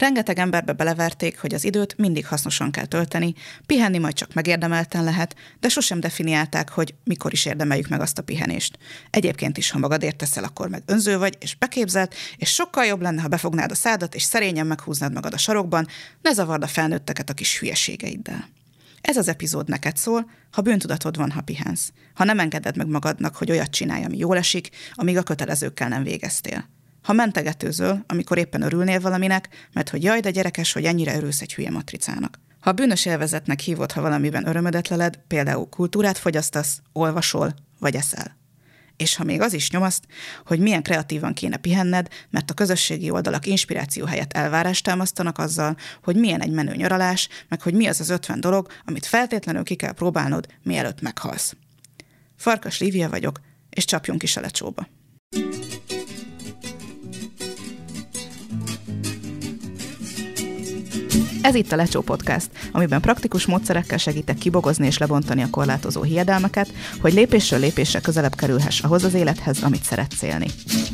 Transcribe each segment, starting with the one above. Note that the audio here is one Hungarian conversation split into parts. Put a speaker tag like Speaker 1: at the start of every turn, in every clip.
Speaker 1: Rengeteg emberbe beleverték, hogy az időt mindig hasznosan kell tölteni, pihenni majd csak megérdemelten lehet, de sosem definiálták, hogy mikor is érdemeljük meg azt a pihenést. Egyébként is, ha magadért teszel, akkor meg önző vagy, és beképzelt, és sokkal jobb lenne, ha befognád a szádat, és szerényen meghúznád magad a sarokban, ne zavard a felnőtteket a kis hülyeségeiddel. Ez az epizód neked szól, ha bűntudatod van, ha pihensz. Ha nem engeded meg magadnak, hogy olyat csinálj, ami jól esik, amíg a kötelezőkkel nem végeztél. Ha mentegetőzöl, amikor éppen örülnél valaminek, mert hogy jaj, de gyerekes, hogy ennyire örülsz egy hülye matricának. Ha bűnös élvezetnek hívod, ha valamiben örömödet leled, például kultúrát fogyasztasz, olvasol vagy eszel. És ha még az is nyomaszt, hogy milyen kreatívan kéne pihenned, mert a közösségi oldalak inspiráció helyett elvárást támasztanak azzal, hogy milyen egy menő nyaralás, meg hogy mi az 50 dolog, amit feltétlenül ki kell próbálnod, mielőtt meghalsz. Farkas Lívia vagyok, és csapjunk is a lecsóba. Ez itt a Lecsó Podcast, amiben praktikus módszerekkel segítek kibogozni és lebontani a korlátozó hiedelmeket, hogy lépésről lépésre közelebb kerülhess ahhoz az élethez, amit szeretsz élni.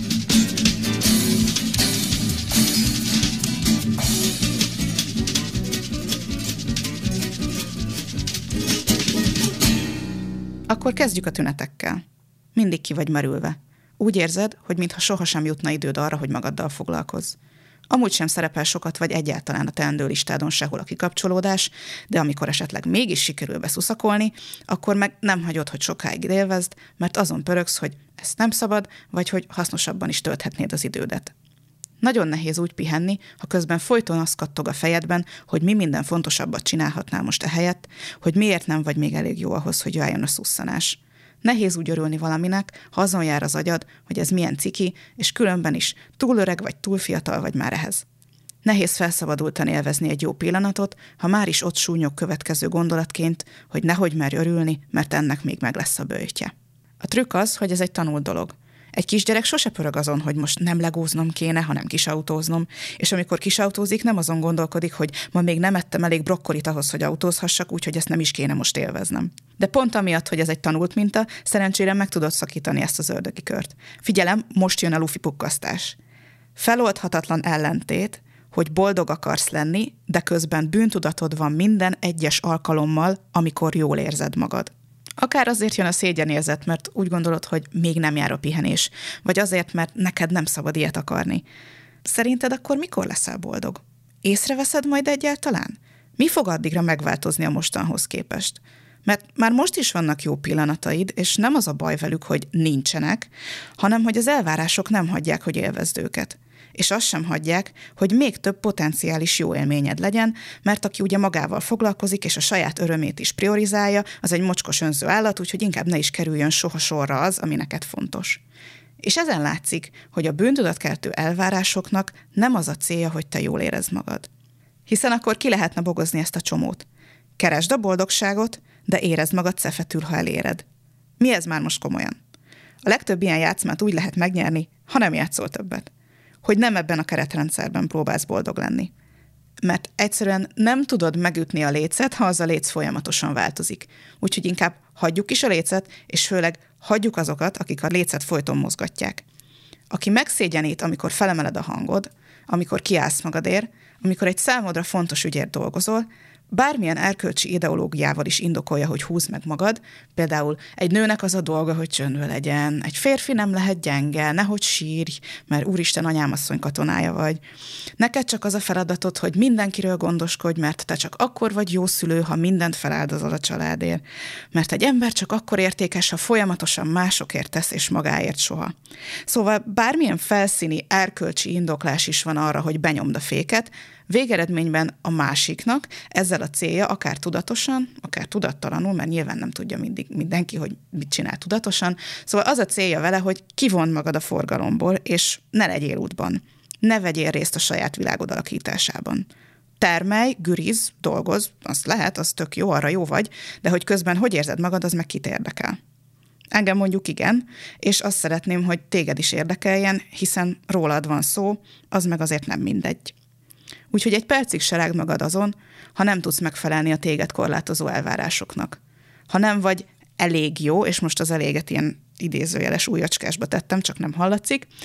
Speaker 1: Akkor kezdjük a tünetekkel. Mindig ki vagy merülve. Úgy érzed, hogy mintha sohasem jutna időd arra, hogy magaddal foglalkozz. Amúgy sem szerepel sokat vagy egyáltalán a teendő listádon sehol a kikapcsolódás, de amikor esetleg mégis sikerül beszuszakolni, akkor meg nem hagyod, hogy sokáig élvezd, mert azon pörögsz, hogy ezt nem szabad, vagy hogy hasznosabban is tölthetnéd az idődet. Nagyon nehéz úgy pihenni, ha közben folyton azt kattog a fejedben, hogy mi minden fontosabbat csinálhatnál most ehelyett, hogy miért nem vagy még elég jó ahhoz, hogy jöjjön a szusszanás. Nehéz úgy örülni valaminek, ha azon jár az agyad, hogy ez milyen ciki, és különben is túl öreg vagy túl fiatal vagy már ehhez. Nehéz felszabadultan élvezni egy jó pillanatot, ha már is ott súnyog következő gondolatként, hogy nehogy merj örülni, mert ennek még meg lesz a böjtje. A trükk az, hogy ez egy tanult dolog. Egy kisgyerek sose pörög azon, hogy most nem legóznom kéne, hanem kisautóznom, és amikor kisautózik, nem azon gondolkodik, hogy ma még nem ettem elég brokkolit ahhoz, hogy autózhassak, úgyhogy ezt nem is kéne most élveznem. De pont amiatt, hogy ez egy tanult minta, szerencsére meg tudod szakítani ezt az ördögi kört. Figyelem, most jön a lufi pukkasztás. Feloldhatatlan ellentét, hogy boldog akarsz lenni, de közben bűntudatod van minden egyes alkalommal, amikor jól érzed magad. Akár azért jön a szégyenérzet, mert úgy gondolod, hogy még nem jár a pihenés, vagy azért, mert neked nem szabad ilyet akarni. Szerinted akkor mikor leszel boldog? Észreveszed majd egyáltalán? Mi fog addigra megváltozni a mostanhoz képest? Mert már most is vannak jó pillanataid, és nem az a baj velük, hogy nincsenek, hanem hogy az elvárások nem hagyják, hogy élvezd őket. És azt sem hagyják, hogy még több potenciális jó élményed legyen, mert aki ugye magával foglalkozik, és a saját örömét is priorizálja, az egy mocskos önző állat, úgyhogy inkább ne is kerüljön soha sorra az, ami neked fontos. És ezen látszik, hogy a bűntudatkeltő elvárásoknak nem az a célja, hogy te jól érezd magad. Hiszen akkor ki lehetne bogozni ezt a csomót. Keresd a boldogságot, de érezd magad szefetül, ha eléred. Mi ez már most komolyan? A legtöbb ilyen játszmát úgy lehet megnyerni, ha nem játszol többet. Hogy nem ebben a keretrendszerben próbálsz boldog lenni. Mert egyszerűen nem tudod megütni a lécet, ha az a léc folyamatosan változik. Úgyhogy inkább hagyjuk is a lécet, és főleg hagyjuk azokat, akik a lécet folyton mozgatják. Aki megszégyenít, amikor felemeled a hangod, amikor kiállsz magadért, amikor egy számodra fontos ügyért dolgozol, bármilyen erkölcsi ideológiával is indokolja, hogy húzd meg magad, például egy nőnek az a dolga, hogy csöndbe legyen, egy férfi nem lehet gyenge, nehogy sírj, mert úristen anyámasszony katonája vagy. Neked csak az a feladatod, hogy mindenkiről gondoskodj, mert te csak akkor vagy jó szülő, ha mindent feláldozol a családért. Mert egy ember csak akkor értékes, ha folyamatosan másokért tesz és magáért soha. Szóval bármilyen felszíni erkölcsi indoklás is van arra, hogy benyomd a féket, végeredményben a másiknak ezzel a célja, akár tudatosan, akár tudattalanul, mert nyilván nem tudja mindig mindenki, hogy mit csinál tudatosan. Szóval az a célja vele, hogy kivond magad a forgalomból, és ne legyél útban. Ne vegyél részt a saját világod alakításában. Termelj, güriz, dolgozz, az lehet, az tök jó, arra jó vagy, de hogy közben hogy érzed magad, az meg kit érdekel. Engem mondjuk igen, és azt szeretném, hogy téged is érdekeljen, hiszen rólad van szó, az meg azért nem mindegy. Úgyhogy egy percig se rágd magad azon, ha nem tudsz megfelelni a téged korlátozó elvárásoknak. Ha nem vagy elég jó, és most az eléget ilyen idézőjeles újacskásba tettem, csak nem hallatszik,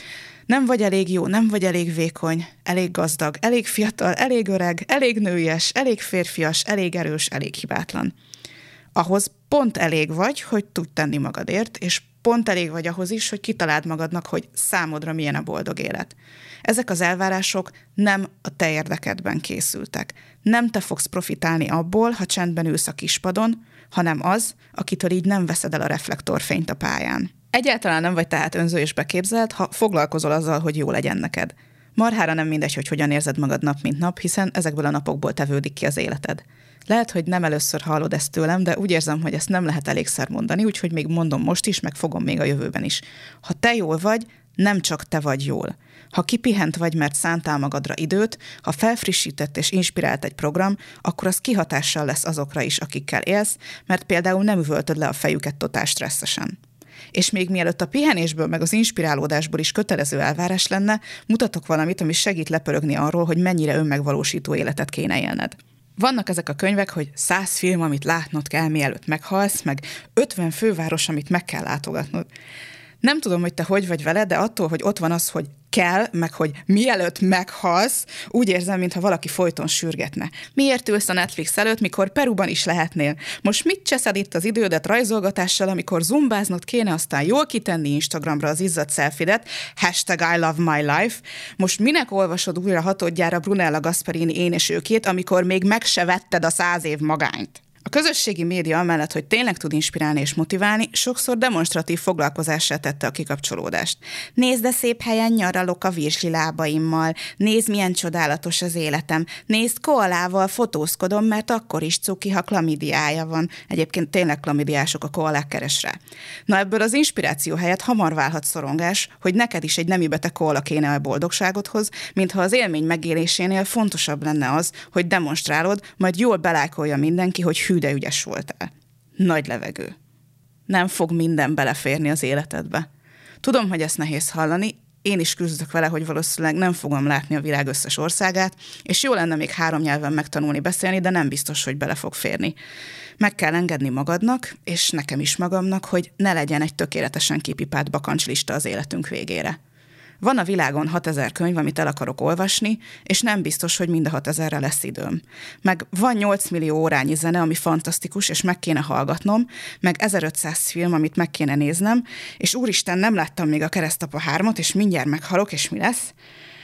Speaker 1: Nem vagy elég jó, nem vagy elég vékony, elég gazdag, elég fiatal, elég öreg, elég nőies, elég férfias, elég erős, elég hibátlan. Ahhoz pont elég vagy, hogy tudj tenni magadért, és pont elég vagy ahhoz is, hogy kitaláld magadnak, hogy számodra milyen a boldog élet. Ezek az elvárások nem a te érdekedben készültek. Nem te fogsz profitálni abból, ha csendben ülsz a kispadon, hanem az, akitől így nem veszed el a reflektorfényt a pályán. Egyáltalán nem vagy tehát önző és beképzelt, ha foglalkozol azzal, hogy jó legyen neked. Marhára nem mindegy, hogy hogyan érzed magad nap mint nap, hiszen ezekből a napokból tevődik ki az életed. Lehet, hogy nem először hallod ezt tőlem, de úgy érzem, hogy ezt nem lehet elégszer mondani, úgyhogy még mondom most is, meg fogom még a jövőben is. Ha te jól vagy, nem csak te vagy jól. Ha kipihent vagy, mert szántál magadra időt, ha felfrissített és inspirált egy program, akkor az kihatással lesz azokra is, akikkel élsz, mert például nem üvöltöd le a fejüket totál stresszesen. És még mielőtt a pihenésből meg az inspirálódásból is kötelező elvárás lenne, mutatok valamit, ami segít lepörögni arról, hogy mennyire önmegvalósító életet kéne élned. Vannak ezek a könyvek, hogy 100 film, amit látnod kell, mielőtt meghalsz, meg 50 főváros, amit meg kell látogatnod. Nem tudom, hogy te hogy vagy vele, de attól, hogy ott van az, hogy kell, meg hogy mielőtt meghalsz, úgy érzem, mintha valaki folyton sürgetne. Miért ülsz a Netflix előtt, mikor Peruban is lehetnél? Most mit cseszed itt az idődet rajzolgatással, amikor zumbáznod kéne, aztán jól kitenni Instagramra az izzadt selfidet, #I love my life. Most minek olvasod újra hatodjára Brunella Gasparini énesőkét, amikor még meg se vetted a 100 év magányt? A közösségi média amellett, hogy tényleg tud inspirálni és motiválni, sokszor demonstratív foglalkozássá tette a kikapcsolódást. Nézd, de szép helyen nyaralok a virsli lábaimmal, nézd, milyen csodálatos az életem, nézd, koalával fotózkodom, mert akkor is cuki, ha klamidiája van. Egyébként tényleg klamidiások, a koalák, keres rá. Na, ebből az inspiráció helyett hamar válhat szorongás, hogy neked is egy nemi beteg koala kéne a boldogságodhoz, mintha az élmény megélésénél fontosabb lenne az, hogy demonstrálod, majd jól belájkolja mindenki, hogy hű, de ügyes voltál. Nagy levegő. Nem fog minden beleférni az életedbe. Tudom, hogy ezt nehéz hallani, én is küzdök vele, hogy valószínűleg nem fogom látni a világ összes országát, és jó lenne még 3 nyelven megtanulni beszélni, de nem biztos, hogy bele fog férni. Meg kell engedni magadnak, és nekem is magamnak, hogy ne legyen egy tökéletesen kipipált bakancslista az életünk végére. Van a világon 6000 könyv, amit el akarok olvasni, és nem biztos, hogy mind a 6000-re lesz időm. Meg van 8 millió órányi zene, ami fantasztikus, és meg kéne hallgatnom, meg 1500 film, amit meg kéne néznem, és úristen, nem láttam még a Keresztapa 3-at, és mindjárt meghalok, és mi lesz?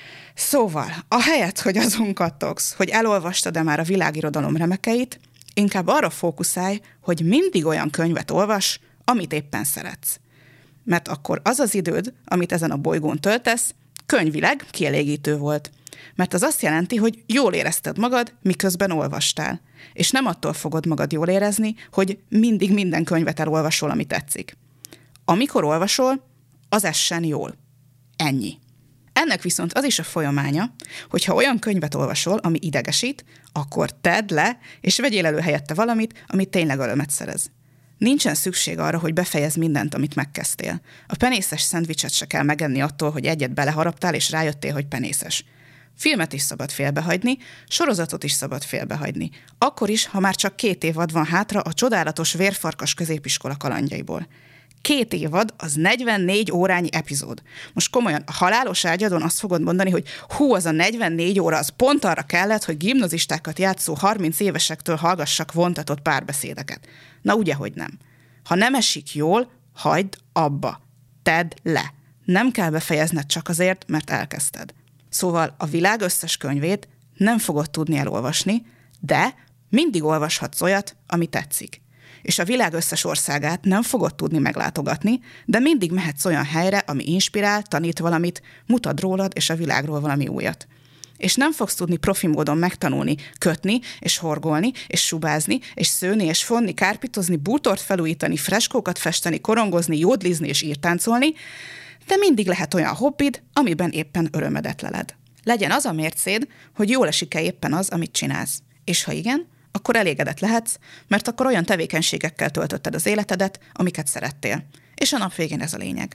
Speaker 1: Szóval, ahelyett, hogy azon kattogsz, hogy elolvastad-e már a világirodalom remekeit, inkább arra fókuszálj, hogy mindig olyan könyvet olvas, amit éppen szeretsz. Mert akkor az az időd, amit ezen a bolygón töltesz, könyvileg kielégítő volt. Mert az azt jelenti, hogy jól érezted magad, miközben olvastál. És nem attól fogod magad jól érezni, hogy mindig minden könyvet elolvasol, ami tetszik. Amikor olvasol, az essen jól. Ennyi. Ennek viszont az is a folyamánya, hogyha olyan könyvet olvasol, ami idegesít, akkor tedd le, és vegyél elő helyette valamit, ami tényleg örömet szerez. Nincsen szükség arra, hogy befejezd mindent, amit megkezdtél. A penészes szendvicset se kell megenni attól, hogy egyet beleharaptál, és rájöttél, hogy penészes. Filmet is szabad félbehagyni, sorozatot is szabad félbehagyni. Akkor is, ha már csak 2 évad van hátra a csodálatos vérfarkas középiskola kalandjaiból. 2 évad, az 44 órányi epizód. Most komolyan, a halálos ágyadon azt fogod mondani, hogy hú, az a 44 óra, az pont arra kellett, hogy gimnazistákat játszó 30 évesektől hallgassak vontatott párbeszédeket. Na ugye, hogy nem. Ha nem esik jól, hagyd abba. Tedd le. Nem kell befejezned csak azért, mert elkezdted. Szóval a világ összes könyvét nem fogod tudni elolvasni, de mindig olvashatsz olyat, ami tetszik. És a világ összes országát nem fogod tudni meglátogatni, de mindig mehetsz olyan helyre, ami inspirál, tanít valamit, mutat rólad és a világról valami újat. És nem fogsz tudni profi módon megtanulni, kötni, és horgolni, és subázni, és szőni, és fonni, kárpitozni, bútort felújítani, freskókat festeni, korongozni, jódlizni és írtáncolni, de mindig lehet olyan hobbid, amiben éppen örömedet leled. Legyen az a mércéd, hogy jól esik-e éppen az, amit csinálsz. És ha igen, akkor elégedett lehetsz, mert akkor olyan tevékenységekkel töltötted az életedet, amiket szerettél. És a nap végén ez a lényeg.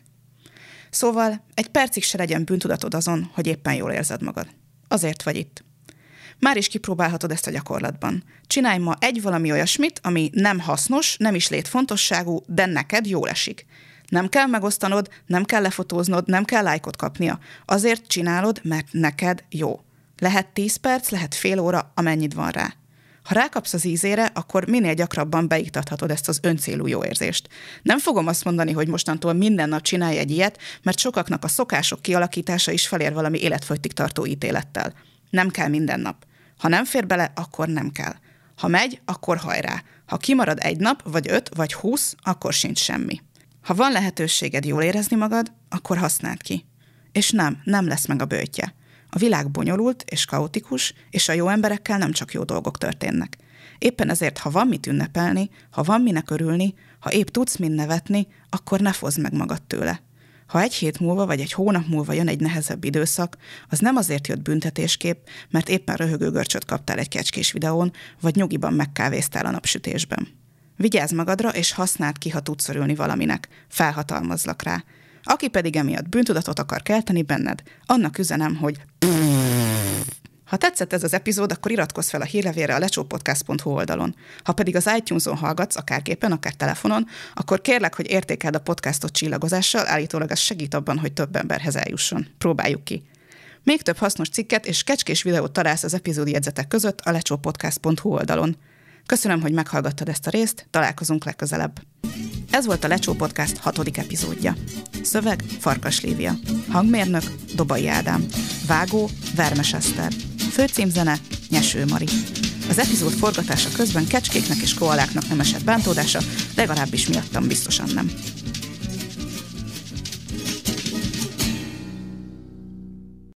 Speaker 1: Szóval egy percig se legyen bűntudatod azon, hogy éppen jól érzed magad. Azért vagy itt. Már is kipróbálhatod ezt a gyakorlatban. Csinálj ma valami olyasmit, ami nem hasznos, nem is létfontosságú, de neked jól esik. Nem kell megosztanod, nem kell lefotóznod, nem kell lájkot kapnia. Azért csinálod, mert neked jó. Lehet 10 perc, lehet fél óra, amennyit van rá. Ha rákapsz az ízére, akkor minél gyakrabban beiktathatod ezt az öncélú jó érzést. Nem fogom azt mondani, hogy mostantól minden nap csinálj egy ilyet, mert sokaknak a szokások kialakítása is felér valami életfogytig tartó ítélettel. Nem kell minden nap. Ha nem fér bele, akkor nem kell. Ha megy, akkor hajrá. Ha kimarad egy nap, vagy 5, vagy 20, akkor sincs semmi. Ha van lehetőséged jól érezni magad, akkor használd ki. És nem lesz meg a böjtje. A világ bonyolult és kaotikus, és a jó emberekkel nem csak jó dolgok történnek. Éppen ezért, ha van mit ünnepelni, ha van minek örülni, ha épp tudsz mind nevetni, akkor ne fozd meg magad tőle. Ha egy hét múlva vagy egy hónap múlva jön egy nehezebb időszak, az nem azért jött büntetésképp, mert éppen röhögő görcsöt kaptál egy kecskés videón, vagy nyugiban megkávéztál a napsütésben. Vigyázz magadra, és használd ki, ha tudsz örülni valaminek. Felhatalmazlak rá. Aki pedig emiatt bűntudatot akar kelteni benned, annak üzenem, hogy ha tetszett ez az epizód, akkor iratkozz fel a hírlevélre a lecsópodcast.hu oldalon. Ha pedig az iTunes-on hallgatsz, akár gépen, akár telefonon, akkor kérlek, hogy értékeld a podcastot csillagozással, állítólag ez segít abban, hogy több emberhez eljusson. Próbáljuk ki. Még több hasznos cikket és kecskés videót találsz az epizódi jegyzetek között a lecsópodcast.hu oldalon. Köszönöm, hogy meghallgattad ezt a részt, találkozunk legközelebb. Ez volt a Lecsó Podcast 6. epizódja. Szöveg Farkas Lívia. Hangmérnök Dobai Ádám. Vágó Vermes Eszter. Főcímzene Nyeső Mari. Az epizód forgatása közben kecskéknek és koaláknak nem esett bántódása, legalábbis miattam biztosan nem.